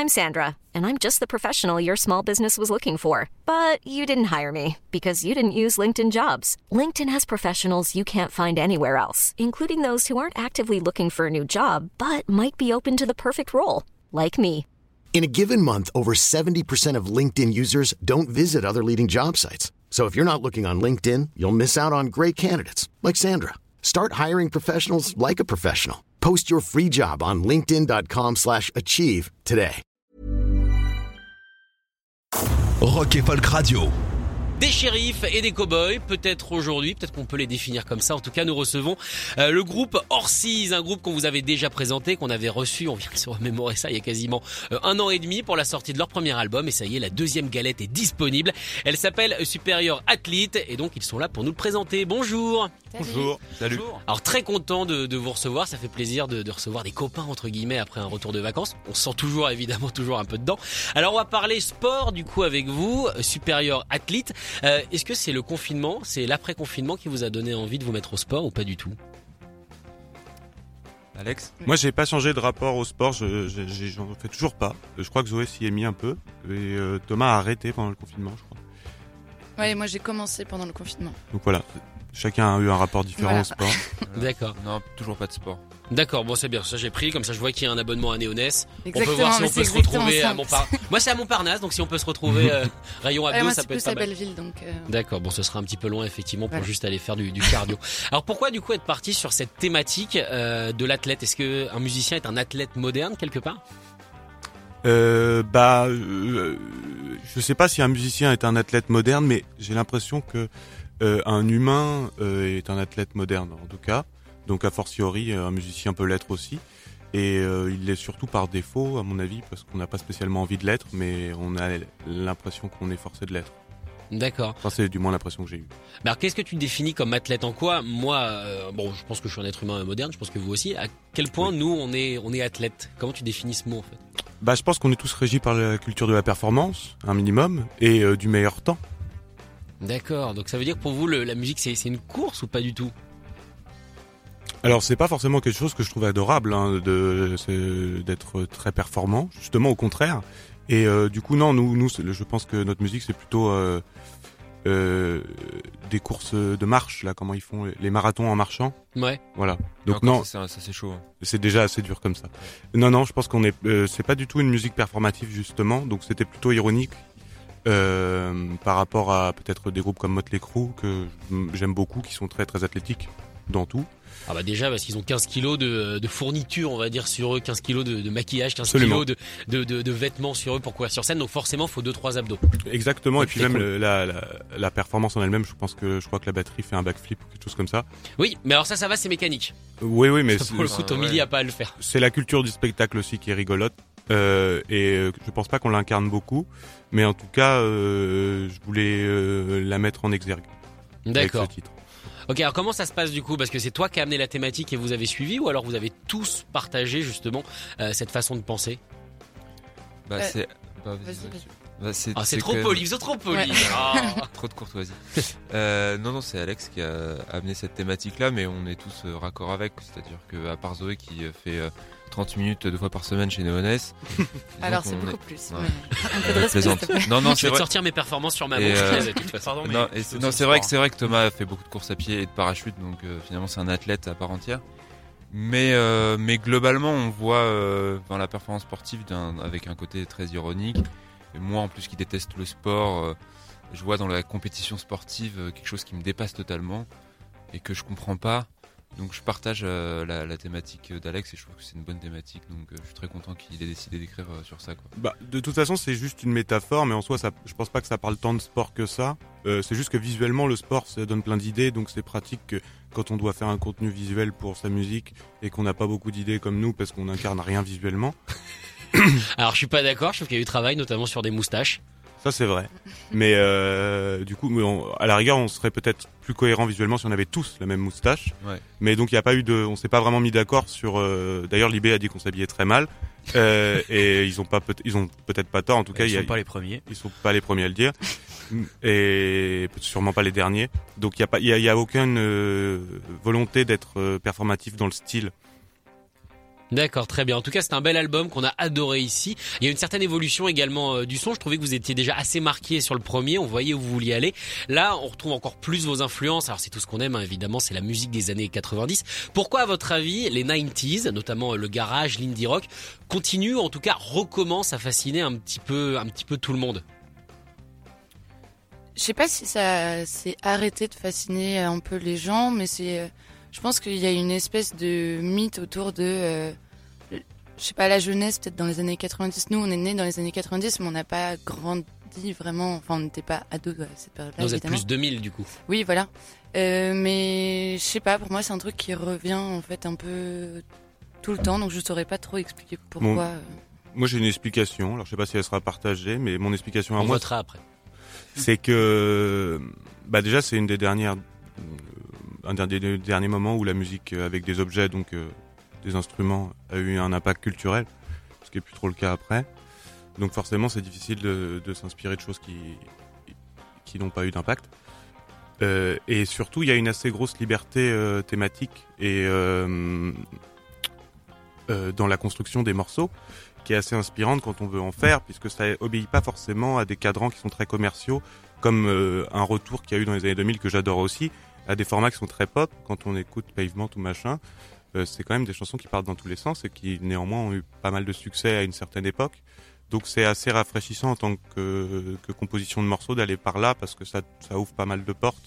I'm Sandra, and I'm just the professional your small business was looking for. But you didn't hire me because you didn't use LinkedIn Jobs. LinkedIn has professionals you can't find anywhere else, including those who aren't actively looking for a new job, but might be open to the perfect role, like me. In a given month, over 70% of LinkedIn users don't visit other leading job sites. So if you're not looking on LinkedIn, you'll miss out on great candidates like Sandra. Start hiring professionals like a professional. Post your free job on linkedin.com/achieve today. Rock et Folk Radio. Des shérifs et des cow-boys, peut-être aujourd'hui, peut-être qu'on peut les définir comme ça. En tout cas, nous recevons le groupe Orsiz, un groupe qu'on vous avait déjà présenté, qu'on avait reçu, on vient de se remémorer ça il y a quasiment 1 an et demi pour la sortie de leur premier album. Et ça y est, la deuxième galette est disponible. Elle s'appelle Superior Athlete et donc ils sont là pour nous le présenter. Bonjour. Bonjour. Salut. Alors très content de vous recevoir, ça fait plaisir de recevoir des copains entre guillemets après un retour de vacances. On se sent toujours évidemment toujours un peu dedans. Alors on va parler sport du coup avec vous, Superior Athlete. Est-ce que c'est le confinement, c'est l'après-confinement qui vous a donné envie de vous mettre au sport ou pas du tout? Alex? Moi, j'ai pas changé de rapport au sport, j'en fais toujours pas. Je crois que Zoé s'y est mis un peu. Et Thomas a arrêté pendant le confinement, je crois. Ouais, moi j'ai commencé pendant le confinement. Donc voilà, chacun a eu un rapport différent au sport. D'accord. Non, toujours pas de sport. D'accord, bon c'est bien, ça j'ai pris, comme ça je vois qu'il y a un abonnement à Néonès. Exactement, on peut voir si mais on peut c'est se retrouver exactement à Montparnasse. Moi c'est à Montparnasse, donc si on peut se retrouver rayon abdos, moi ça c'est peut être plus pas à mal. Belleville donc. D'accord, bon ce sera un petit peu loin effectivement pour Voilà. juste aller faire du cardio. Alors pourquoi du coup être parti sur cette thématique de l'athlète? Est-ce qu'un musicien est un athlète moderne quelque part? Je sais pas si un musicien est un athlète moderne, mais j'ai l'impression que un humain est un athlète moderne en tout cas. Donc a fortiori, un musicien peut l'être aussi. Et il l'est surtout par défaut, à mon avis, parce qu'on n'a pas spécialement envie de l'être, mais on a l'impression qu'on est forcé de l'être. D'accord. Enfin, c'est du moins l'impression que j'ai eue. Mais alors qu'est-ce que tu définis comme athlète en quoi? Moi, bon, je pense que je suis un être humain moderne, je pense que vous aussi. À quel point Oui. nous on est athlète? Comment tu définis ce mot en fait? Bah, je pense qu'on est tous régis par la culture de la performance, un minimum, et du meilleur temps. D'accord, donc ça veut dire que pour vous la musique c'est une course ou pas du tout? Alors c'est pas forcément quelque chose que je trouve adorable d'être très performant, justement au contraire. Et du coup non, nous je pense que notre musique c'est plutôt des courses de marche là, comment ils font les marathons en marchant. Ouais. Voilà. Donc Encore, non, ça c'est chaud. c'est déjà assez dur comme ça. Non, je pense qu'on est c'est pas du tout une musique performative justement, donc c'était plutôt ironique. Par rapport à peut-être des groupes comme Motley Crue que j'aime beaucoup, qui sont très très athlétiques dans tout. Ah bah déjà parce qu'ils ont 15 kilos de fourniture on va dire sur eux, 15 kilos de maquillage, 15 Absolument. kilos de vêtements sur eux pour courir sur scène, donc forcément faut 2-3 abdos. Exactement, et puis C'est même cool. la performance en elle-même, je crois que la batterie fait un backflip ou quelque chose comme ça. Oui, mais alors ça va, c'est mécanique. Oui, mais Pour le coup, Tommy a pas à le faire. c'est la culture du spectacle aussi qui est rigolote. Je pense pas qu'on l'incarne beaucoup, mais en tout cas, je voulais la mettre en exergue avec D'accord. ce titre. Ok, alors comment ça se passe du coup? Parce que c'est toi qui as amené la thématique et vous avez suivi, ou alors vous avez tous partagé justement cette façon de penser? Bah Euh, c'est. Bah, vas-y. Bah, c'est Ah c'est trop quand même poli, vous êtes trop poli. Ouais. Ah. Trop de courtoisie. Non, c'est Alex qui a amené cette thématique-là, mais on est tous raccord avec. C'est-à-dire que à part Zoé qui fait 30 minutes 2 fois par semaine chez Néonès. Alors c'est beaucoup plus. Ouais. Mais un peu de respect, Plaisante. s'il te plaît. Non, Je c'est vais te vrai. sortir mes performances sur ma Et, bouche, de toute façon. Pardon, mais Non, c'est non, aussi c'est vrai sport. que Thomas a fait beaucoup de courses à pied et de parachute, donc finalement c'est un athlète à part entière. Mais globalement, on voit dans la performance sportive avec un côté très ironique. Et moi, en plus, qui déteste le sport, je vois dans la compétition sportive quelque chose qui me dépasse totalement et que je comprends pas. Donc je partage la thématique d'Alex et je trouve que c'est une bonne thématique. Donc je suis très content qu'il ait décidé d'écrire sur ça, quoi. Bah, de toute façon, c'est juste une métaphore, mais en soi, je pense pas que ça parle tant de sport que ça. C'est juste que visuellement, le sport, ça donne plein d'idées, donc c'est pratique que quand on doit faire un contenu visuel pour sa musique et qu'on n'a pas beaucoup d'idées comme nous parce qu'on n'incarne rien visuellement. Alors je suis pas d'accord, je trouve qu'il y a eu travail notamment sur des moustaches. Ça, c'est vrai. Mais du coup, à la rigueur, on serait peut-être plus cohérent visuellement si on avait tous la même moustache. Ouais. Mais donc, il n'y a pas eu on s'est pas vraiment mis d'accord sur. D'ailleurs, Libé a dit qu'on s'habillait très mal, et ils ont peut-être pas tort. En tout cas, Ils sont pas les premiers. ils sont pas les premiers à le dire, et sûrement pas les derniers. Donc, il y a aucune volonté d'être performatif dans le style. D'accord, très bien. En tout cas, c'est un bel album qu'on a adoré ici. Il y a une certaine évolution également du son. Je trouvais que vous étiez déjà assez marqué sur le premier. On voyait où vous vouliez aller. Là, on retrouve encore plus vos influences. Alors, c'est tout ce qu'on aime, hein, évidemment. C'est la musique des années 90. Pourquoi, à votre avis, les 90s, notamment le garage, l'indie rock, continuent, en tout cas, recommencent à fasciner un petit peu tout le monde? Je sais pas si ça s'est arrêté de fasciner un peu les gens, mais je pense qu'il y a une espèce de mythe autour de, je sais pas, la jeunesse peut-être dans les années 90. Nous, on est nés dans les années 90, mais on n'a pas grandi vraiment. Enfin, on n'était pas ados à cette période-là. Vous êtes évidemment. plus 2000 du coup. Oui, voilà. Mais je sais pas, pour moi, c'est un truc qui revient en fait un peu tout le temps, donc je saurais pas trop expliquer pourquoi. Bon, moi, j'ai une explication. Alors, je sais pas si elle sera partagée, mais mon explication à On moi, votera après. c'est que, déjà, c'est un des derniers moments où la musique avec des objets, donc des instruments, a eu un impact culturel, ce qui est plus trop le cas après. Donc forcément, c'est difficile de s'inspirer de choses qui n'ont pas eu d'impact. Et surtout, il y a une assez grosse liberté thématique et dans la construction des morceaux, qui est assez inspirante quand on veut en faire, puisque ça obéit pas forcément à des cadrans qui sont très commerciaux, comme un retour qu'il y a eu dans les années 2000 que j'adore aussi, à des formats qui sont très pop. Quand on écoute Pavement ou machin, c'est quand même des chansons qui partent dans tous les sens et qui néanmoins ont eu pas mal de succès à une certaine époque. Donc c'est assez rafraîchissant en tant que composition de morceaux d'aller par là, parce que ça ouvre pas mal de portes.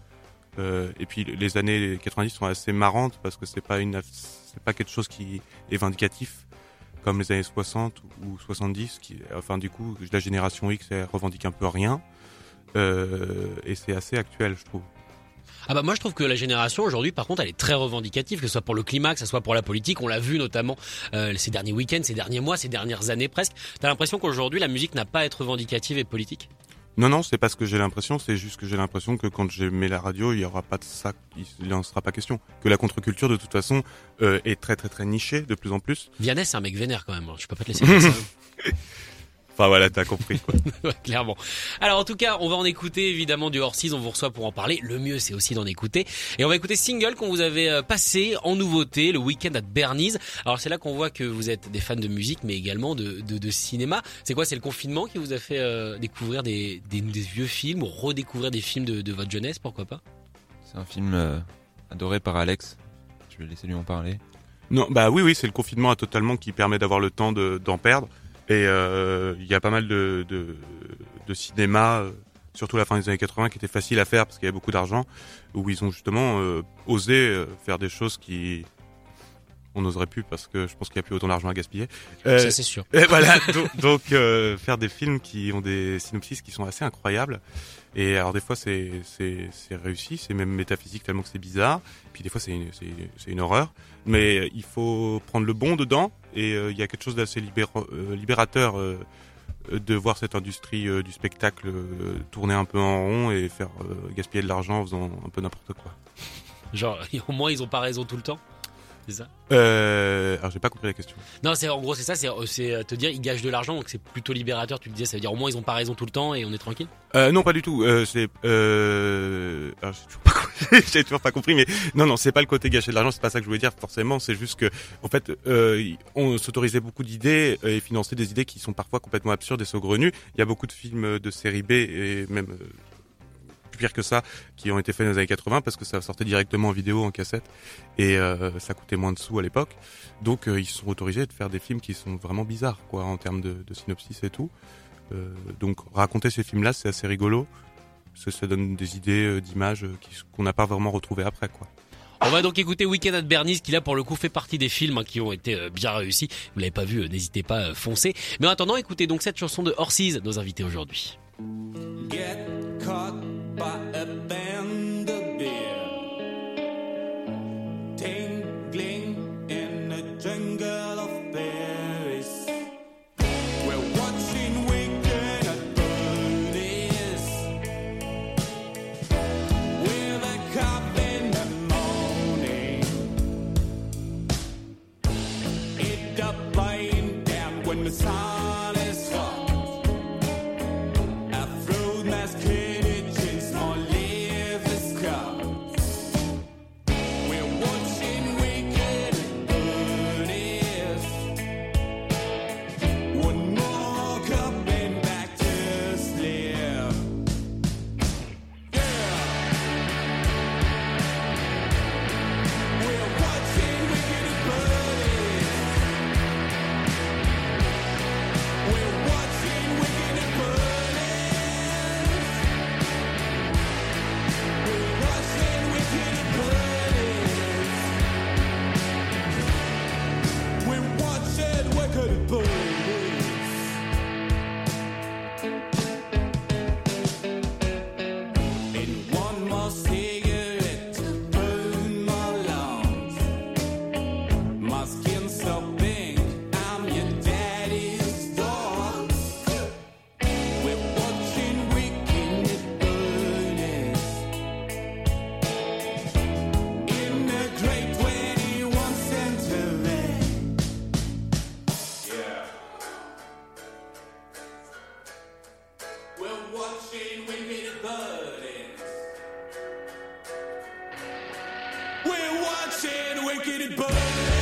Et puis les années 90 sont assez marrantes parce que c'est pas quelque chose qui est vindicatif comme les années 60 ou 70 du coup la génération X elle revendique un peu rien et c'est assez actuel, je trouve. Ah bah moi je trouve que la génération aujourd'hui par contre elle est très revendicative, que ce soit pour le climat, que ce soit pour la politique. On l'a vu notamment ces derniers week-ends, ces derniers mois, ces dernières années presque. T'as l'impression qu'aujourd'hui la musique n'a pas à être revendicative et politique? Non, c'est pas ce que j'ai l'impression, c'est juste que j'ai l'impression que quand je mets la radio, il y aura pas de ça, il n'en sera pas question. Que la contre-culture, de toute façon, est très très très nichée, de plus en plus. Vianney, c'est un mec vénère quand même, je peux pas te laisser faire ça. Enfin voilà, t'as compris quoi. Ouais, clairement. Alors en tout cas, on va en écouter évidemment du hors-6, on vous reçoit pour en parler. Le mieux c'est aussi d'en écouter. Et on va écouter Single qu'on vous avait passé en nouveauté, le Weekend at Bernie's. Alors c'est là qu'on voit que vous êtes des fans de musique mais également de cinéma. C'est quoi, c'est le confinement qui vous a fait découvrir des vieux films ou redécouvrir des films de votre jeunesse, pourquoi pas? C'est un film adoré par Alex. Je vais laisser lui en parler. Non, oui, c'est le confinement totalement qui permet d'avoir le temps d'en perdre. Et il y a pas mal de cinéma, surtout à la fin des années 80, qui était facile à faire parce qu'il y avait beaucoup d'argent, où ils ont justement osé faire des choses qui on n'oserait plus parce que je pense qu'il n'y a plus autant d'argent à gaspiller. Ça c'est sûr. Et voilà, donc faire des films qui ont des synopsis qui sont assez incroyables. Et alors des fois c'est réussi, c'est même métaphysique tellement que c'est bizarre. Puis des fois c'est une horreur. Mais il faut prendre le bon dedans. Et il y a quelque chose d'assez libérateur de voir cette industrie du spectacle tourner un peu en rond et faire gaspiller de l'argent en faisant un peu n'importe quoi. Genre au moins ils ont pas raison tout le temps. C'est ça? Alors j'ai pas compris la question. Non, c'est en gros c'est ça, c'est te dire ils gagent de l'argent, donc c'est plutôt libérateur. Tu le disais, ça veut dire au moins ils ont pas raison tout le temps et on est tranquille. Non, pas du tout. Alors j'ai toujours pas compris, mais non, c'est pas le côté gâcher de l'argent, c'est pas ça que je voulais dire forcément. C'est juste que en fait, on s'autorisait beaucoup d'idées et finançait des idées qui sont parfois complètement absurdes et saugrenues. Il y a beaucoup de films de série B et même pire que ça, qui ont été faits dans les années 80 parce que ça sortait directement en vidéo, en cassette et ça coûtait moins de sous à l'époque. Donc ils se sont autorisés de faire des films qui sont vraiment bizarres quoi en termes de synopsis et tout. Donc raconter ces films-là, c'est assez rigolo. Ça donne des idées d'images qu'on n'a pas vraiment retrouvées après quoi. On va donc écouter Weekend at Bernie's qui là pour le coup fait partie des films qui ont été bien réussis. Vous l'avez pas vu, n'hésitez pas, foncez. Mais en attendant, écoutez donc cette chanson de Horses, nos invités aujourd'hui. Get caught by a band of beer, tingling in a jungle of berries. We're watching Weekend at Bernie's with a cup in the morning. It up lying down when the sun is hot. Afro mask. watching wicked burning. We're watching wicked burning.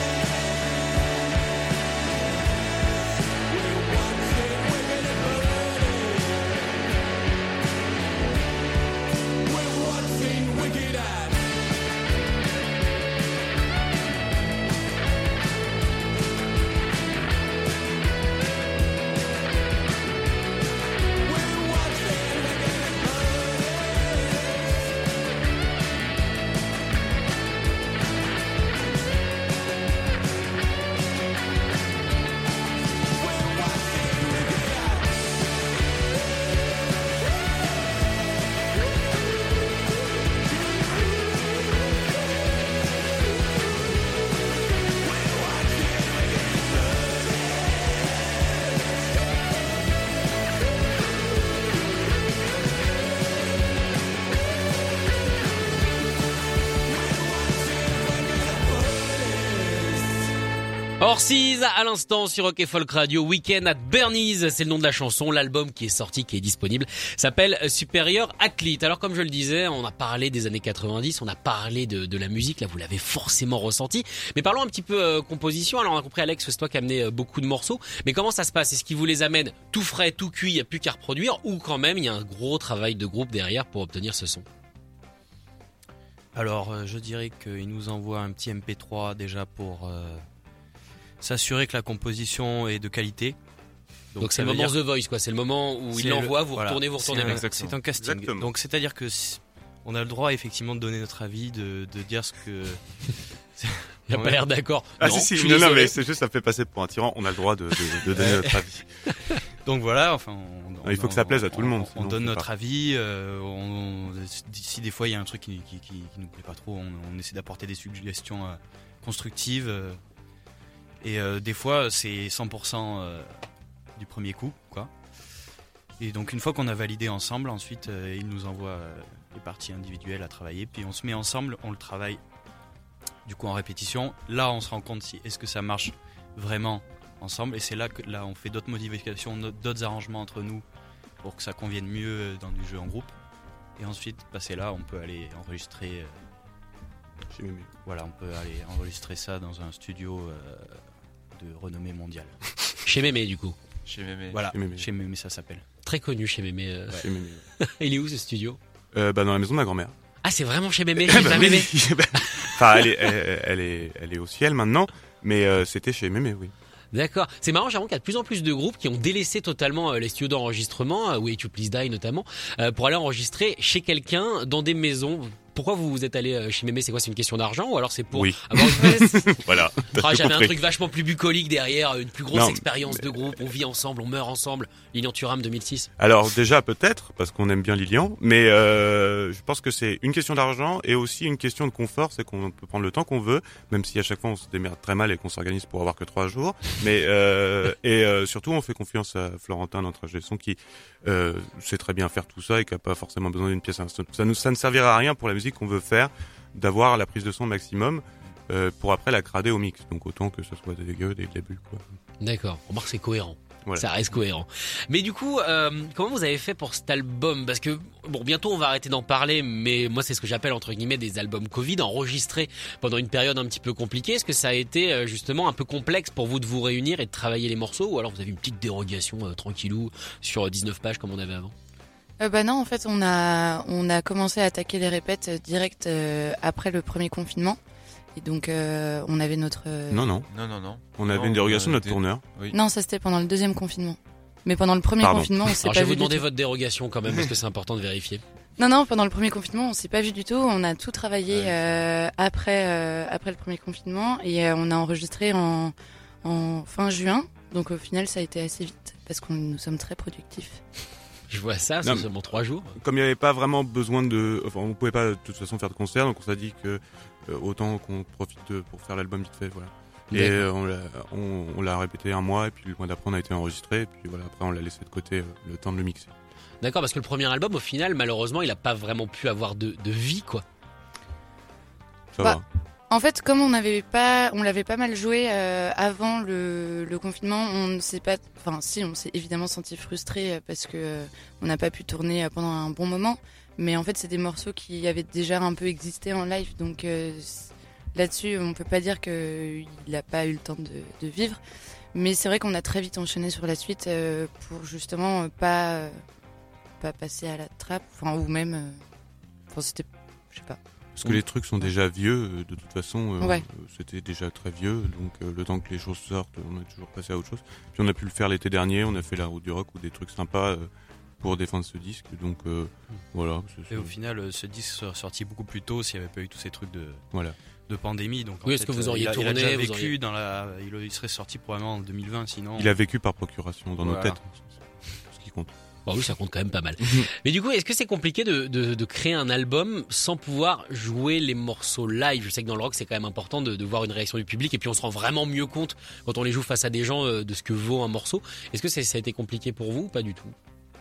Orsiz à l'instant sur Rock & Folk Radio, Weekend at Bernie's, c'est le nom de la chanson. L'album qui est sorti, qui est disponible, s'appelle Superior Athlete. Alors comme je le disais, on a parlé des années 90, on a parlé de la musique, là vous l'avez forcément ressenti. Mais parlons un petit peu composition. Alors on a compris Alex, c'est toi qui as amené beaucoup de morceaux. Mais comment ça se passe? Est-ce qu'il vous les amène tout frais, tout cuit, il n'y a plus qu'à reproduire? Ou quand même il y a un gros travail de groupe derrière pour obtenir ce son? Alors je dirais qu'il nous envoie un petit MP3 déjà pour... s'assurer que la composition est de qualité. Donc c'est le moment The Voice, quoi. C'est le moment où il l'envoie, vous retournez. C'est un casting. Exactement. Donc c'est-à-dire que on a le droit effectivement de donner notre avis, de dire ce que... Il n'a pas l'air d'accord. Ah non, si, non, mais c'est juste, ça me fait passer pour un tyran. On a le droit de donner notre avis. Donc voilà, enfin... Il faut que ça plaise à tout le monde. On donne notre avis. Si des fois il y a un truc qui nous plaît pas trop, on essaie d'apporter des suggestions constructives. Et des fois c'est 100% du premier coup, quoi. Et donc une fois qu'on a validé ensemble, ensuite il nous envoie les parties individuelles à travailler, puis on se met ensemble, on le travaille du coup en répétition. Là on se rend compte si est-ce que ça marche vraiment ensemble, et c'est là que on fait d'autres modifications, d'autres arrangements entre nous pour que ça convienne mieux dans du jeu en groupe. Et ensuite passer là, on peut aller enregistrer. Chez Mémé. Voilà, on peut aller enregistrer ça dans un studio de renommée mondiale. Chez Mémé, du coup. Chez Mémé. Voilà, Chez Mémé. chez Mémé ça s'appelle. Très connu chez Mémé. Chez Mémé. Il est où ce studio? Dans la maison de ma grand-mère. Ah, c'est vraiment chez Mémé, chez ta oui. Mémé. Enfin, elle est au ciel maintenant, mais c'était chez Mémé, oui. D'accord. C'est marrant, j'ai l'impression qu'il y a de plus en plus de groupes qui ont délaissé totalement les studios d'enregistrement, Way to Please Die notamment, pour aller enregistrer chez quelqu'un dans des maisons. Pourquoi vous êtes allé chez Mémé? C'est quoi? C'est une question d'argent ou alors c'est pour avoir une place? Voilà. J'avais un truc vachement plus bucolique derrière, une plus grosse expérience de groupe, on vit ensemble, on meurt ensemble. Lilian Thuram 2006. Alors déjà peut-être, parce qu'on aime bien Lilian, mais je pense que c'est une question d'argent et aussi une question de confort, c'est qu'on peut prendre le temps qu'on veut, même si à chaque fois on se démerde très mal et qu'on s'organise pour avoir que 3 jours. Mais surtout on fait confiance à Florentin, notre ingé son, qui sait très bien faire tout ça et qui a pas forcément besoin d'une pièce. Ça ne servira à rien pour la musique qu'on veut faire, d'avoir la prise de son maximum pour après la crader au mix. Donc autant que ce soit dégueu dès le début, quoi. D'accord. Remarque, c'est cohérent. Voilà. Ça reste cohérent. Mais du coup, comment vous avez fait pour cet album? Parce que, bon, bientôt on va arrêter d'en parler, mais moi c'est ce que j'appelle entre guillemets des albums Covid, enregistrés pendant une période un petit peu compliquée. Est-ce que ça a été justement un peu complexe pour vous de vous réunir et de travailler les morceaux, ou alors vous avez une petite dérogation tranquillou sur 19 pages comme on avait avant? Non, en fait, on a commencé à attaquer les répètes direct après le premier confinement. Et donc, on avait notre... Non. On avait une dérogation de notre tourneur. Oui. Non, ça c'était pendant le deuxième confinement. Mais pendant le premier confinement, on s'est Alors pas je vais vu vous du demander tout. votre dérogation quand même, parce que c'est important de vérifier. Non, pendant le premier confinement, on s'est pas vu du tout. On a tout travaillé après le premier confinement et on a enregistré en fin juin. Donc au final, ça a été assez vite parce que nous sommes très productifs. Je vois ça, c'est seulement 3 jours. Comme il n'y avait pas vraiment besoin on pouvait pas de toute façon faire de concert, donc on s'est dit que autant qu'on profite pour faire l'album vite fait, voilà. Et on l'a répété un mois, et puis le mois d'après on a été enregistré, et puis voilà, après on l'a laissé de côté le temps de le mixer. D'accord, parce que le premier album, au final, malheureusement, il a pas vraiment pu avoir de vie, quoi. Ça va. En fait, comme on l'avait pas mal joué avant le confinement, on s'est évidemment senti frustré parce que on n'a pas pu tourner pendant un bon moment. Mais en fait, c'est des morceaux qui avaient déjà un peu existé en live, donc là-dessus, on peut pas dire qu'il n'a pas eu le temps de vivre. Mais c'est vrai qu'on a très vite enchaîné sur la suite pour justement pas passer à la trappe, ou même, c'était, je sais pas. Parce que les trucs sont déjà vieux, de toute façon, Ouais. c'était déjà très vieux, donc le temps que les choses sortent, on est toujours passé à autre chose. Puis on a pu le faire l'été dernier, on a fait la route du rock ou des trucs sympas pour défendre ce disque, donc voilà. Et au final, ce disque serait sorti beaucoup plus tôt s'il n'y avait pas eu tous ces trucs Voilà. de pandémie. Donc, Oui, est-ce que vous auriez il a tourné, déjà vous vécu auriez- il serait sorti probablement en 2020, sinon. Il a vécu par procuration dans nos Voilà. têtes, c'est ce qui compte. Bah oui, ça compte quand même pas mal. Mais du coup, est-ce que c'est compliqué de créer un album sans pouvoir jouer les morceaux live? Je sais que dans le rock, c'est quand même important de voir une réaction du public, et puis on se rend vraiment mieux compte quand on les joue face à des gens de ce que vaut un morceau. Est-ce que ça a été compliqué pour vous ou pas du tout?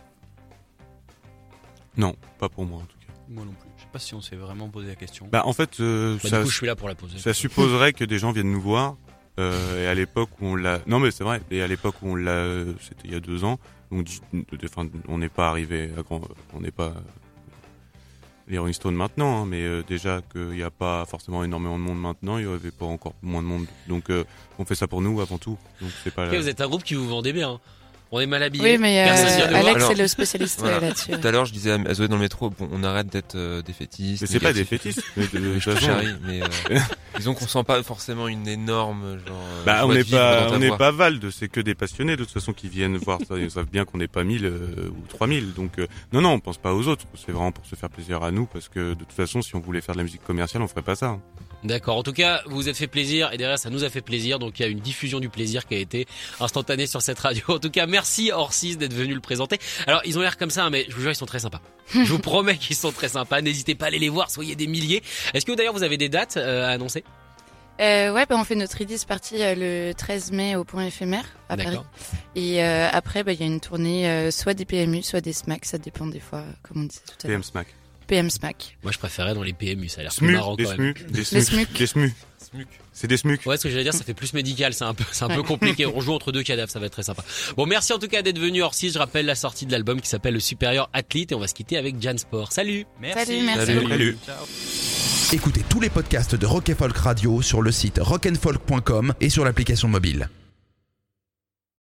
Non, pas pour moi en tout cas. Moi non plus. Je sais pas si on s'est vraiment posé la question. Bah en fait, Bah, ça, du coup, je suis là pour la poser. ça supposerait que des gens viennent nous voir. Et à l'époque où on l'a, non mais c'est vrai. Et à l'époque où on l'a, c'était il y a 2 ans. Donc, on n'est pas arrivé à grand, on n'est pas les Rolling Stones maintenant, hein, mais déjà qu'il n'y a pas forcément énormément de monde maintenant, il n'y avait pas encore moins de monde. Donc, on fait ça pour nous avant tout. Donc, c'est pas. Ok, vous êtes un groupe qui vous vendez bien. Hein. On est mal habillés. Oui, mais Personne vient nous voir. Alex Alors, est le spécialiste voilà. là-dessus. Tout à l'heure, je disais à Zoé dans le métro, bon, on arrête d'être défaitistes. Mais c'est pas des négatifs. fétistes. Mais de toute Je te façon, charrie, mais disons qu'on sent pas forcément une énorme genre. bah, on joie de n'est vivre pas, dans ta on n'est voix. pas Vald, c'est que des passionnés de toute façon qui viennent voir ça. Ils savent bien qu'on n'est pas 1000 ou 3000. Donc, non, on pense pas aux autres. C'est vraiment pour se faire plaisir à nous parce que de toute façon, si on voulait faire de la musique commerciale, on ferait pas ça. Hein. D'accord. En tout cas, vous vous êtes fait plaisir et derrière, ça nous a fait plaisir. Donc, il y a une diffusion du plaisir qui a été instantanée sur cette radio. En tout cas, merci Orsis d'être venu le présenter. Alors, ils ont l'air comme ça, hein, mais je vous jure, ils sont très sympas. Je vous promets qu'ils sont très sympas. N'hésitez pas à aller les voir. Soyez des milliers. Est-ce que d'ailleurs, vous avez des dates à annoncer? On fait notre release party le 13 mai au Point Éphémère à Paris. D'accord. Et après, il y a une tournée soit des PMU, soit des SMAC, ça dépend des fois, comme on disait tout à l'heure. PM Smack. PM SMAC. Moi, je préférais dans les PMU. Ça a l'air plus SMU, marrant des quand même. SMU, des Les SMUC, SMUC. des SMU. Smuc. C'est des SMUC. Ouais, ce que j'allais dire, ça fait plus médical, c'est un peu Ouais. compliqué. On joue entre deux cadavres, ça va être très sympa. Bon, merci en tout cas d'être venu Orsis. Je rappelle la sortie de l'album qui s'appelle Le Supérieur Athlete et on va se quitter avec Jan Sport. Salut. Salut, merci Salut. beaucoup. Salut. Écoutez tous les podcasts de Rock & Folk Radio sur le site rockandfolk.com et sur l'application mobile.